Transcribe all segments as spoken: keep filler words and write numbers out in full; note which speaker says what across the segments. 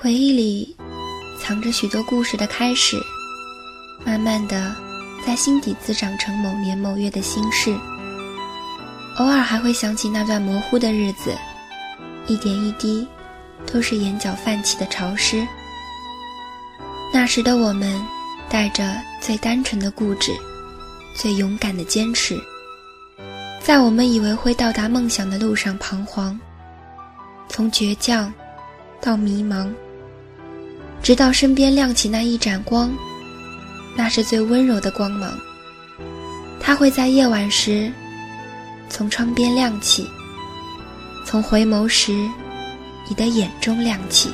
Speaker 1: 回忆里藏着许多故事的开始，慢慢的在心底滋长成某年某月的心事。偶尔还会想起那段模糊的日子，一点一滴都是眼角泛起的潮湿。那时的我们带着最单纯的固执，最勇敢的坚持，在我们以为会到达梦想的路上彷徨，从倔强到迷茫，直到身边亮起那一盏光，那是最温柔的光芒，它会在夜晚时从窗边亮起，从回眸时你的眼中亮起。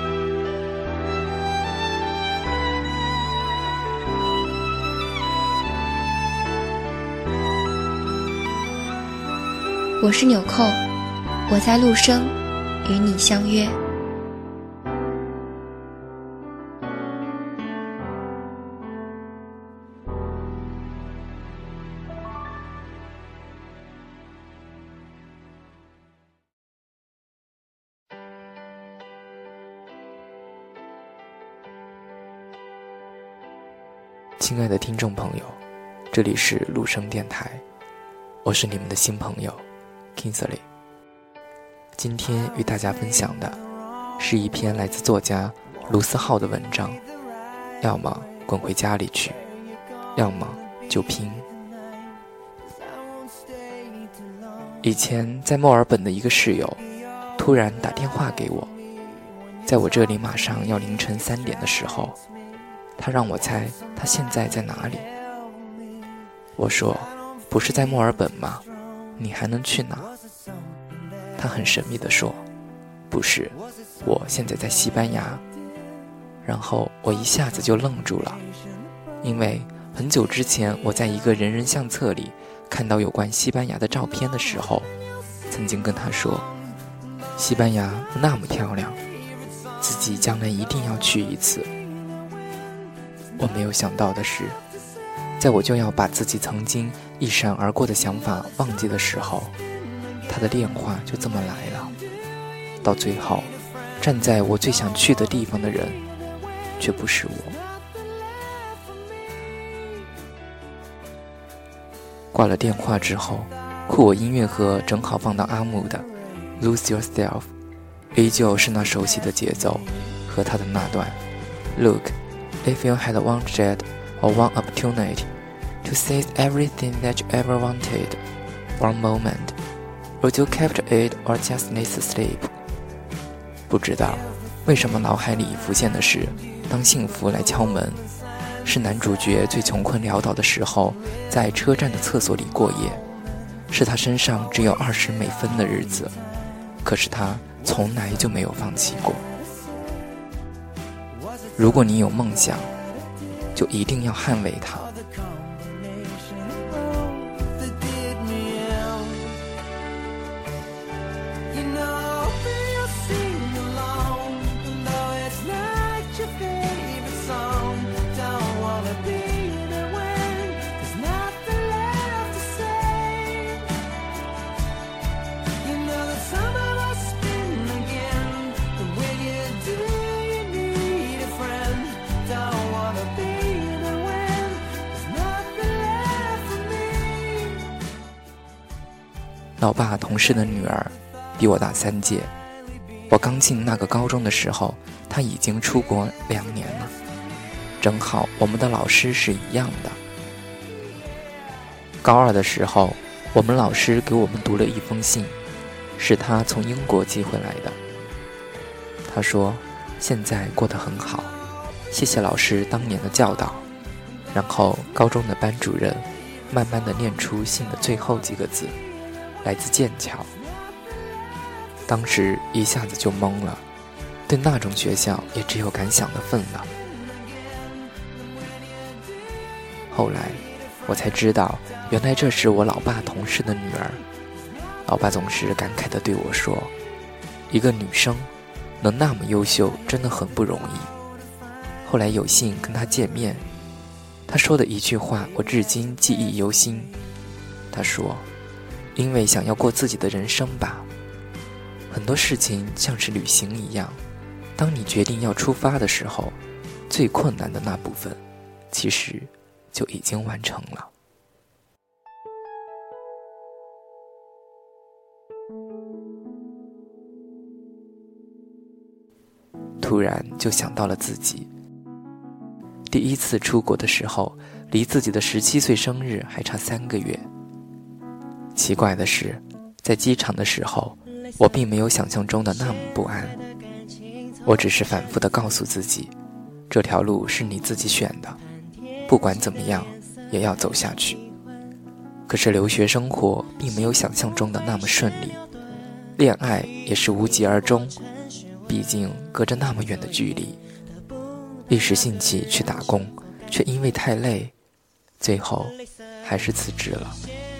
Speaker 1: 我是纽扣，我在陆生与你相约。
Speaker 2: 亲爱的听众朋友，这里是陆生电台，我是你们的新朋友 Kingsley。 今天与大家分享的是一篇来自作家卢思浩的文章，要么滚回家里去，要么就拼。以前在墨尔本的一个室友突然打电话给我，在我这里马上要凌晨三点的时候，他让我猜他现在在哪里。我说，不是在墨尔本吗？你还能去哪？他很神秘地说，不是，我现在在西班牙。然后我一下子就愣住了，因为很久之前我在一个人人相册里看到有关西班牙的照片的时候，曾经跟他说，西班牙那么漂亮，自己将来一定要去一次。我没有想到的是，在我就要把自己曾经一闪而过的想法忘记的时候，他的电话就这么来了。到最后，站在我最想去的地方的人却不是我。挂了电话之后，酷我音乐盒正好放到阿木的 Lose Yourself， 依旧是那熟悉的节奏和他的那段 Look, if you had one jet or one opportunity to seize everything that you ever wanted, one moment, would you capture it or just need to sleep? 不知道为什么脑海里浮现的是，当幸福来敲门，是男主角最穷困潦倒的时候在车站的厕所里过夜，是他身上只有二十美分的日子，可是他从来就没有放弃过。如果你有梦想，就一定要捍卫它。老爸同事的女儿比我大三届，我刚进那个高中的时候，她已经出国两年了，正好我们的老师是一样的。高二的时候，我们老师给我们读了一封信，是他从英国寄回来的。他说现在过得很好，谢谢老师当年的教导。然后高中的班主任慢慢地念出信的最后几个字，来自剑桥。当时一下子就懵了，对那种学校也只有敢想的份了。后来我才知道，原来这是我老爸同事的女儿。老爸总是感慨地对我说，一个女生能那么优秀真的很不容易。后来有幸跟她见面，她说的一句话我至今记忆犹新。她说，因为想要过自己的人生吧，很多事情像是旅行一样， 当你决定要出发的时候，最困难的那部分其实就已经完成了。突然就想到了自己第一次出国的时候，离自己的十七岁生日还差三个月。奇怪的是，在机场的时候，我并没有想象中的那么不安。我只是反复地告诉自己，这条路是你自己选的，不管怎么样也要走下去。可是留学生活并没有想象中的那么顺利，恋爱也是无疾而终，毕竟隔着那么远的距离。一时兴起去打工，却因为太累，最后还是辞职了。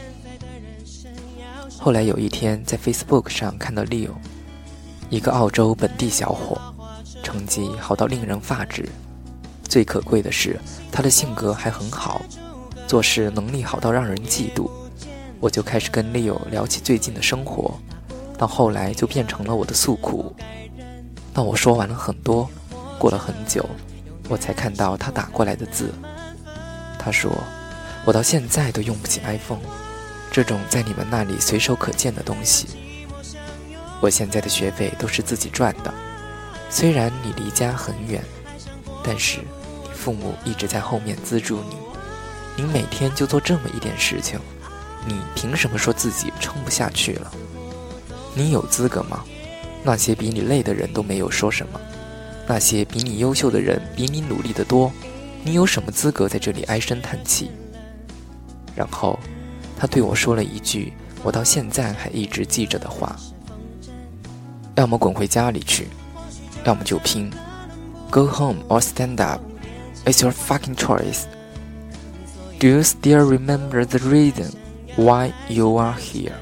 Speaker 2: 后来有一天在 Facebook 上看到 Leo， 一个澳洲本地小伙，成绩好到令人发指，最可贵的是他的性格还很好，做事能力好到让人嫉妒。我就开始跟 Leo 聊起最近的生活，到后来就变成了我的诉苦。当我说完了很多，过了很久，我才看到他打过来的字。他说，我到现在都用不起 iPhone， 这种在你们那里随手可见的东西。我现在的学费都是自己赚的，虽然你离家很远，但是你父母一直在后面资助你，你每天就做这么一点事情，你凭什么说自己撑不下去了？你有资格吗？那些比你累的人都没有说什么，那些比你优秀的人比你努力得多，你有什么资格在这里唉声叹气？然后他对我说了一句我到现在还一直记着的话，要么滚回家里去，要么就拼 Go home or stand up, it's your fucking choice. Do you still remember the reason why you are here?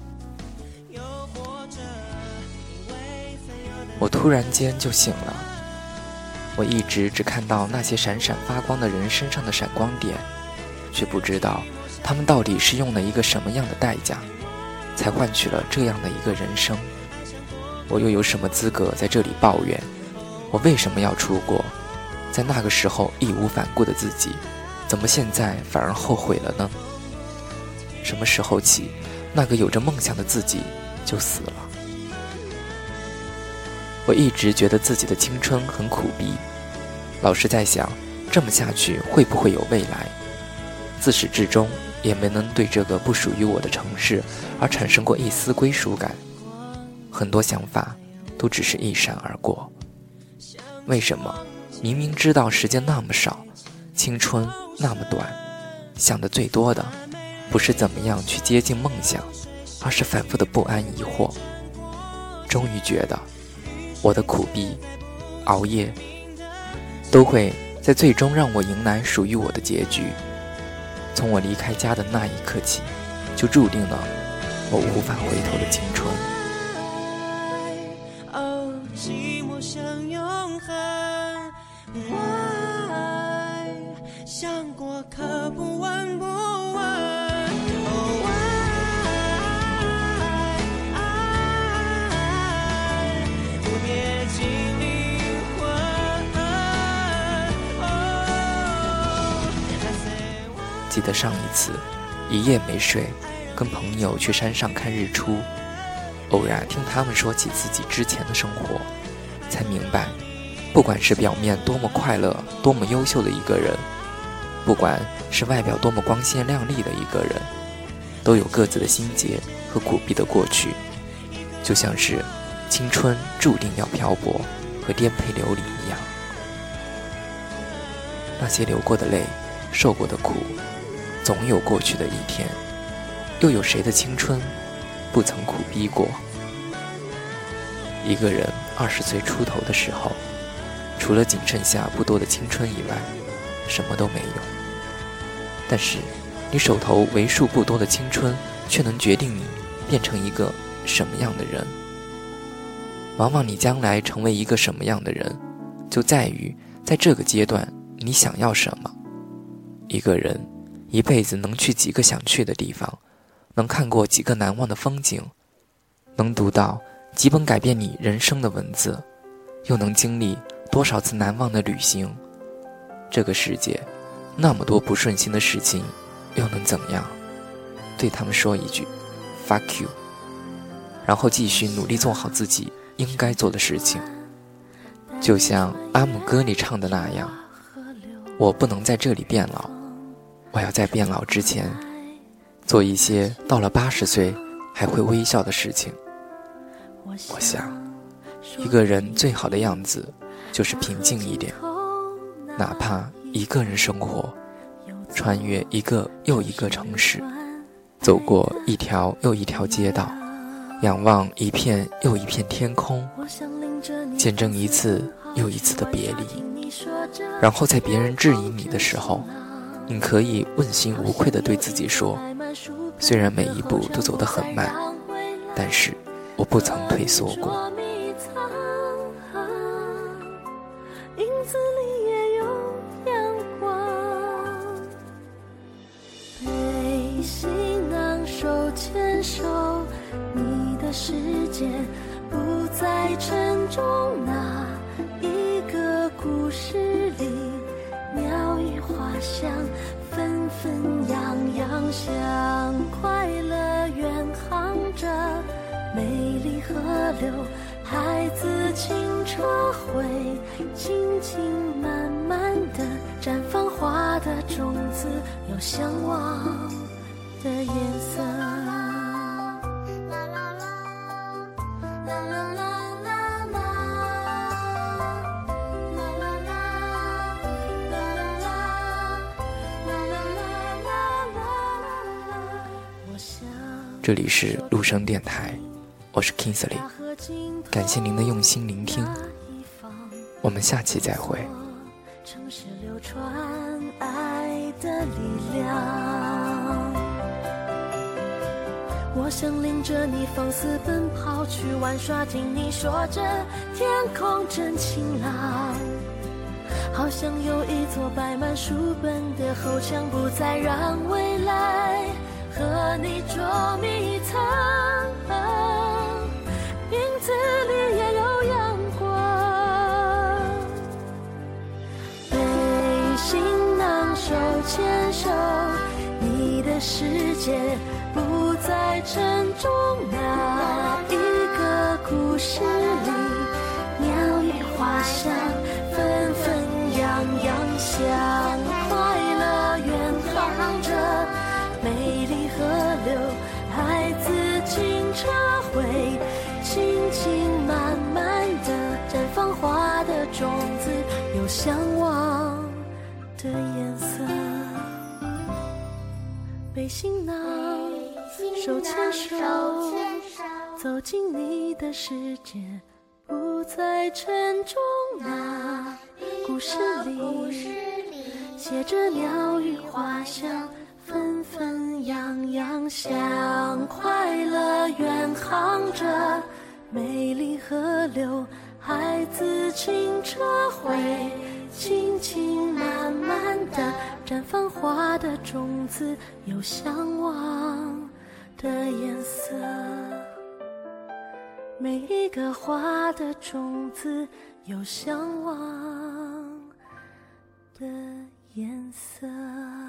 Speaker 2: 我突然间就醒了，我一直只看到那些闪闪发光的人身上的闪光点，却不知道他们到底是用了一个什么样的代价，才换取了这样的一个人生。我又有什么资格在这里抱怨？我为什么要出国？在那个时候义无反顾的自己，怎么现在反而后悔了呢？什么时候起，那个有着梦想的自己就死了？我一直觉得自己的青春很苦逼，老是在想，这么下去会不会有未来？自始至终也没能对这个不属于我的城市而产生过一丝归属感，很多想法都只是一闪而过。为什么明明知道时间那么少，青春那么短，想的最多的不是怎么样去接近梦想，而是反复的不安疑惑。终于觉得我的苦逼熬夜都会在最终让我迎来属于我的结局。从我离开家的那一刻起，就注定了我无法回头的青春。
Speaker 3: 哦，寂寞像永恒，爱想过可不问不问，哦，爱爱不别进灵魂，哦。
Speaker 2: 记得上一次一夜没睡，跟朋友去山上看日出，偶然听他们说起自己之前的生活，才明白，不管是表面多么快乐多么优秀的一个人，不管是外表多么光鲜亮丽的一个人，都有各自的心结和苦逼的过去，就像是青春注定要漂泊和颠沛流离一样。那些流过的泪，受过的苦，总有过去的一天，又有谁的青春不曾苦逼过？一个人二十岁出头的时候，除了仅剩下不多的青春以外，什么都没有。但是你手头为数不多的青春，却能决定你变成一个什么样的人。往往你将来成为一个什么样的人，就在于在这个阶段你想要什么。一个人一辈子能去几个想去的地方，能看过几个难忘的风景，能读到几本改变你人生的文字， 又能经历多少次难忘的旅行？这个世界那么多不顺心的事情，又能怎样？对他们说一句 fuck you， 然后继续努力做好自己应该做的事情。就像阿姆歌里唱的那样，我不能在这里变老，我要在变老之前做一些到了八十岁还会微笑的事情。我想一个人最好的样子就是平静一点，哪怕一个人生活，穿越一个又一个城市，走过一条又一条街道，仰望一片又一片天空，见证一次又一次的别离，然后在别人质疑你的时候，你可以问心无愧地对自己说，虽然每一步都走得很慢，但是我不曾退缩过。
Speaker 3: 影子里也有阳光，背行囊手牵手，你的世界不再沉重。那一个故事里，鸟语花香纷纷扬扬，向快乐远航着。美丽河流，孩子轻车会轻轻慢慢地绽放，花的种子有向往的颜色。
Speaker 2: 这里是陆生电台，我是 Kingsley， 感谢您的用心聆听，我们下期再会。
Speaker 3: 城市流传爱的力量，我想领着你放肆奔跑，去玩耍，听你说着天空真晴朗，好像有一座摆满书本的后墙，不再让未来和你捉迷藏，影子里也有阳光，背行囊手牵手，你的世界不再沉重。那一个故事里，鸟语花香纷纷扬扬，向快乐远航着。美丽河流，孩子轻车会轻轻慢慢地绽放，花的种子有向往的颜色。背行囊手牵手，走进你的世界不再沉重。那故事里写着鸟语花香纷纷扬扬，向快乐远航着。美丽河流，孩子轻车会轻轻慢慢地绽放，花的种子有向往的颜色。每一个花的种子有向往的颜色。